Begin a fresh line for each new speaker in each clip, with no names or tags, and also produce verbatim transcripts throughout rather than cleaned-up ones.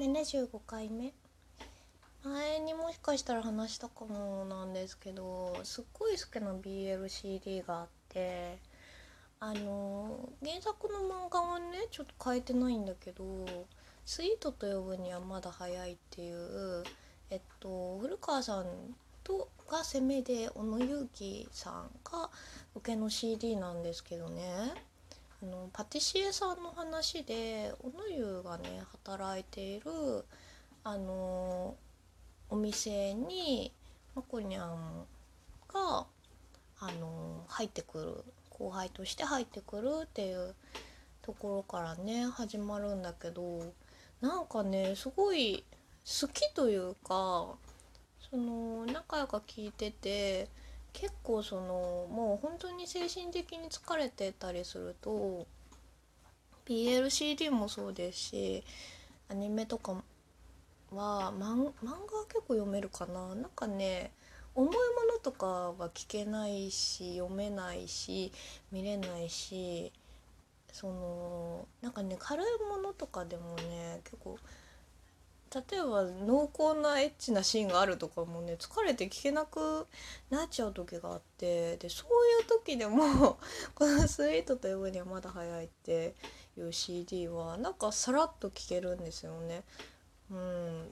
ななじゅうごかいめ。前にもしかしたら話したかもなんですけど、すっごい好きな ビーエルシーディー があって、あの原作の漫画はねちょっと変えてないんだけど、スイートと呼ぶにはまだ早いっていう、えっと古川さんとが攻めで小野勇気さんが受けの シーディー なんですけどね、あのパティシエさんの話で小野優がね働いているあのお店にまこにゃんがあの入ってくる、後輩として入ってくるっていうところからね始まるんだけど、なんかねすごい好きというか、その仲良く聞いてて、結構そのもう本当に精神的に疲れてたりすると ビーエルシーディー もそうですし、アニメとかは漫、漫画は結構読めるかな。なんかね重いものとかは聞けないし読めないし見れないし、そのなんかね軽いものとかでもね結構、例えば濃厚なエッチなシーンがあるとかもね疲れて聞けなくなっちゃう時があって、でそういう時でもこの「スイートと呼ぶにはまだ早い」っていう シーディー はなんかさらっと聞けるんですよね。うん、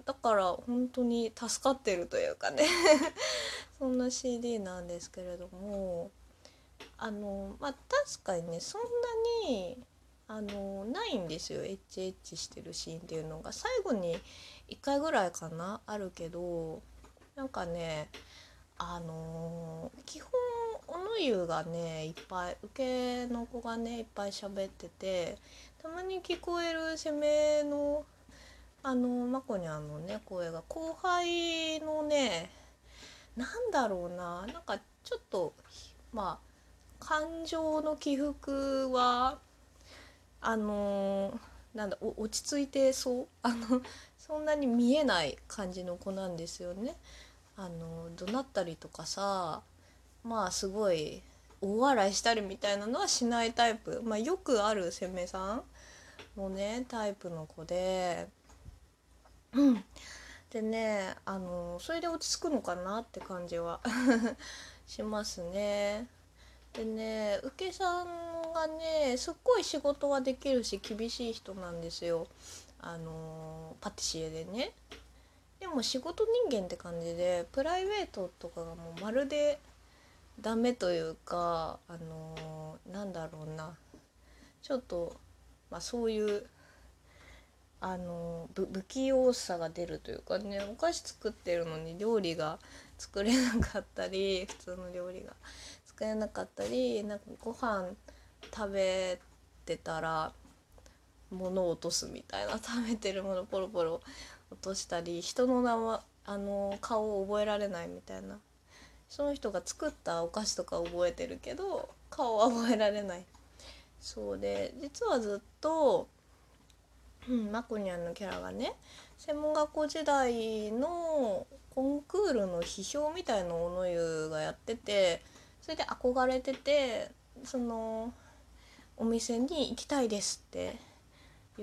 だから本当に助かってるというかねそんな シーディー なんですけれども、あのまあ確かにねそんなにあのないんですよ、エッチエッチしてるシーンっていうのが。最後にいっかいぐらいかなあるけど、なんかねあの基本小野湯がねいっぱい受けの子がねいっぱい喋ってて、たまに聞こえる攻めのあのまこにゃんのね声が後輩のね、なんだろうな、なんかちょっとまあ感情の起伏はあのなんだお落ち着いてそう、あのそんなに見えない感じの子なんですよね。あの怒鳴ったりとかさ、まあすごい大笑いしたりみたいなのはしないタイプ、まあよくある攻めさんのねタイプの子で、うんでね、あのそれで落ち着くのかなって感じはしますね。でね、受けさんがねすっごい仕事はできるし厳しい人なんですよ。あのパティシエでね。でも仕事人間って感じで、プライベートとかがもうまるでダメというか、あのなんだろうな、ちょっと、まあ、そういうあの不不器用さが出るというかね、お菓子作ってるのに料理が作れなかったり、普通の料理が作れなかったり、なんかご飯食べてたら物を落とすみたいな、食べてるものポロポロ落としたり、人の名前あの顔を覚えられないみたいな、その人が作ったお菓子とか覚えてるけど顔は覚えられない。そうで実はずっとうん、まこにゃんのキャラがね、専門学校時代のコンクールの批評みたいのを小野湯がやってて、それで憧れてて、そのお店に行きたいですって言って、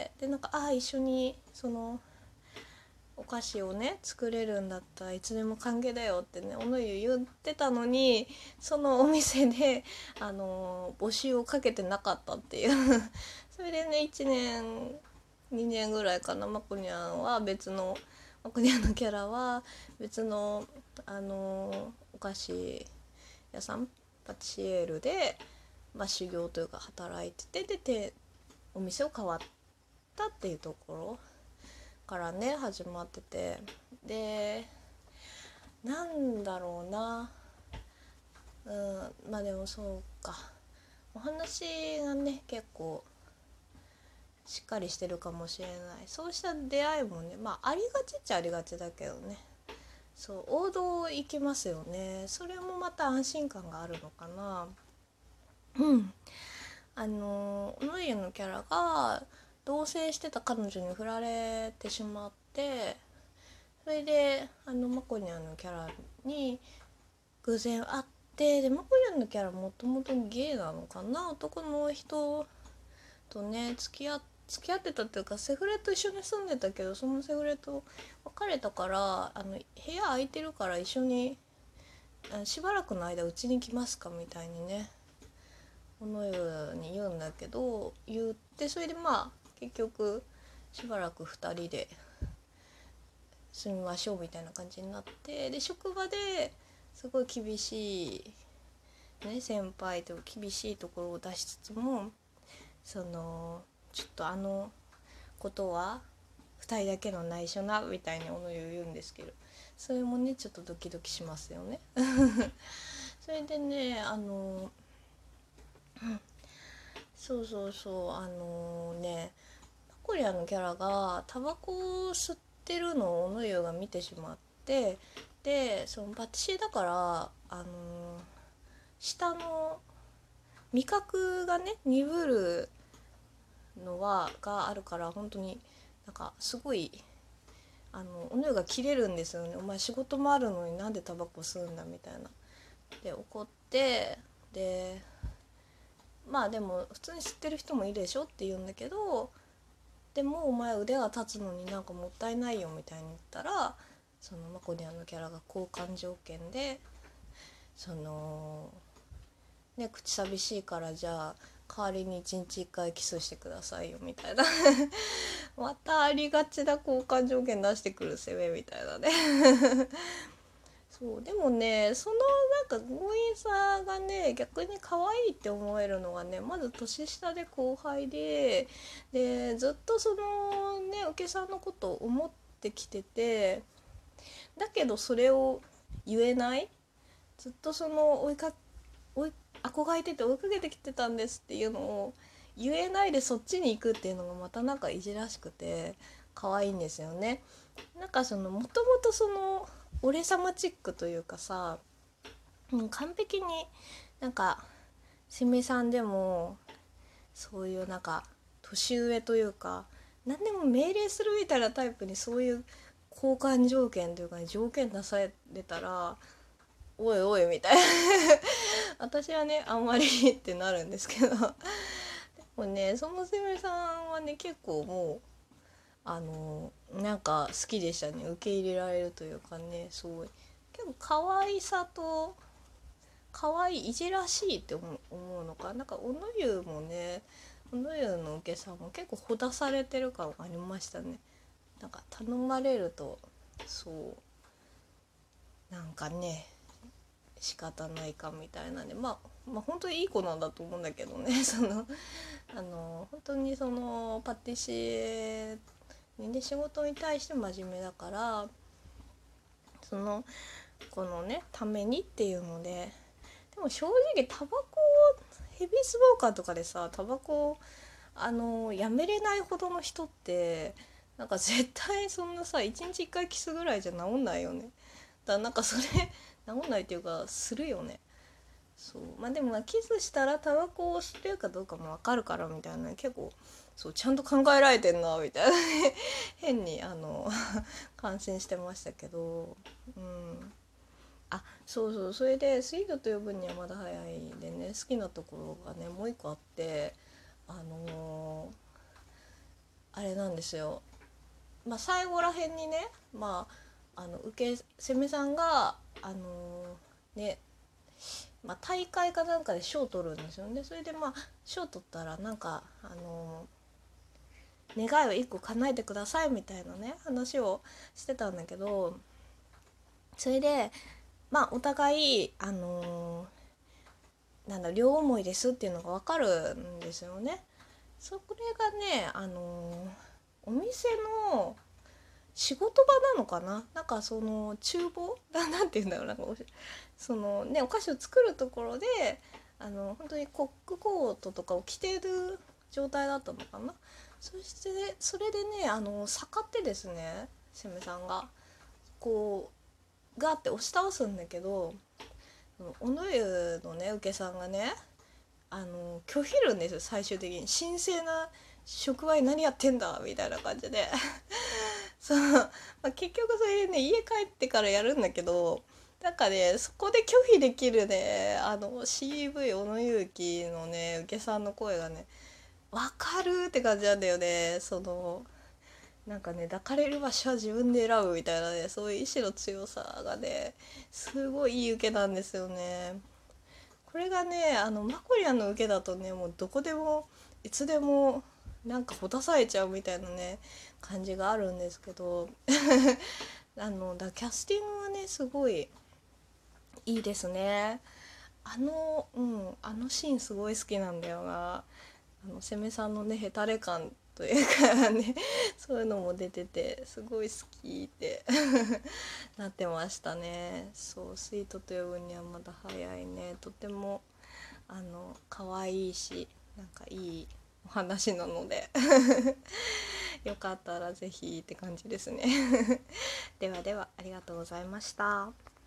でなんかああ一緒にそのお菓子をね作れるんだったらいつでも歓迎だよってね小野湯言ってたのに、そのお店であの募集をかけてなかったっていうそれでねいちねんにねんぐらいかな、まこにゃんは別のまこにゃんのキャラは別のあのお菓子屋さんパティシエールで、まあ、修行というか働いてて、でお店を変わったっていうところからね始まってて、でなんだろうな、うんまあでもそうか、お話がね結構しっかりしてるかもしれない。そうした出会いもね、まあありがちっちゃありがちだけどね、そう王道行きますよね。それもまた安心感があるのかな。うんあの小野家のキャラが同棲してた彼女に振られてしまって、それであのまこにゃんのキャラに偶然会って、でまこにゃんのキャラもともとゲイなのかな、男の人とね付き合っ付き合ってたっていうかセフレと一緒に住んでたけど、そのセフレと別れたから、あの部屋空いてるから一緒にしばらくの間うちに来ますかみたいにね小野湯に言うんだけど、言って、それでまあ結局しばらくふたりで住みましょうみたいな感じになって、で職場ですごい厳しい、ね、先輩と厳しいところを出しつつも、そのちょっとあのことはふたりだけの内緒なみたいに小野湯言うんですけど、それもねちょっとドキドキしますよねそれでね、あのそうそうそう、あのねパコリアのキャラがタバコを吸ってるのを小野湯が見てしまって、でそのパティシエだから、あの下の味覚がね鈍るのはがあるから、本当になんかすごいあの小野湯が切れるんですよね。お前仕事もあるのになんでタバコ吸うんだみたいな。で怒って、でまあでも普通に吸ってる人もいるでしょって言うんだけど、でもお前腕が立つのになんかもったいないよみたいに言ったら、そのマコニャンのキャラが交換条件で、そのね口寂しいからじゃあ代わりにいちにちいっかいキスしてくださいよみたいなまたありがちな交換条件出してくる攻めみたいなねそうでもね、そのなんか強引さがね逆に可愛いって思えるのがね、まず年下で後輩で、でずっとそのね受けさんのことを思ってきてて、だけどそれを言えない、ずっとその追いか追い憧れてて追いかけてきてたんですっていうのを言えないでそっちに行くっていうのがまたなんかいじらしくて可愛いんですよね。なんかそのもともとその俺様チックというかさ、うん、完璧になんかしみさんでもそういうなんか年上というか何でも命令するみたいなタイプにそういう交換条件というか、ね、条件出されたらおいおいみたいな私はねあんまりってなるんですけどでもねそのせみさんはね結構もうあのなんか好きでしたね。受け入れられるというかね、すごい結構可愛さと可愛いいじらしいって思う、思うのかなんか小野湯もね、小野湯の受けさんも結構ほだされてる感がありましたね。なんか頼まれるとそうなんかね仕方ないかみたいなんで、まあまあ本当にいい子なんだと思うんだけどねそのあの本当にそのパティシエで仕事に対して真面目だから、そのこのねためにっていうので、でも正直タバコヘビースモーカーとかでさタバコあのやめれないほどの人ってなんか絶対そんなさいちにちいっかいキスぐらいじゃ治んないよね。だからなんかそれ治んないっていうかするよね。そうまあでもまあキスしたらタバコを吸ってるかどうかも分かるからみたいな、結構そうちゃんと考えられてんなみたいな変にあの感心してましたけど、うんあそうそう、それでスイートと呼ぶにはまだ早いでね、好きなところがねもう一個あって、あのーあれなんですよ。まあ最後らへんにね、まああの受け攻めさんがあのーねまあ、大会かなんかで賞を取るんですよね。それでまあ賞取ったらなんかあの願いを一個叶えてくださいみたいなね話をしてたんだけど、それでまあお互いあのなんだ両思いですっていうのが分かるんですよね。それがねあのお店の仕事場なのかな、なんかその厨房だなんて言うんだろう、なんかそのねお菓子を作るところであの本当にコックコートとかを着ている状態だったのかな。そしてそれでねあの逆ってですねセメさんがこうガーって押し倒すんだけど、小野湯のね受けさんがねあの拒否るんですよ。最終的に神聖な職場に何やってんだみたいな感じでそう、まあ、結局それでね家帰ってからやるんだけど、なんかねそこで拒否できるねあの シーブイ 小野勇気のね受けさんの声がねわかるって感じなんだよね。そのなんかね、抱かれる場所は自分で選ぶみたいなね、そういう意志の強さがね、すごいいい受けなんですよね。これがね、あのマコリアンの受けだとね、もうどこでもいつでもなんかほたされちゃうみたいなね感じがあるんですけどあのだキャスティングはねすごいいいですね。あのうんあのシーンすごい好きなんだよな。あの攻めさんのねヘタレ感というかねそういうのも出ててすごい好きってなってましたね。そうスイートと呼ぶにはまだ早いね。とてもあの可愛いしなんかいいお話なのでよかったらぜひって感じですねではではありがとうございました。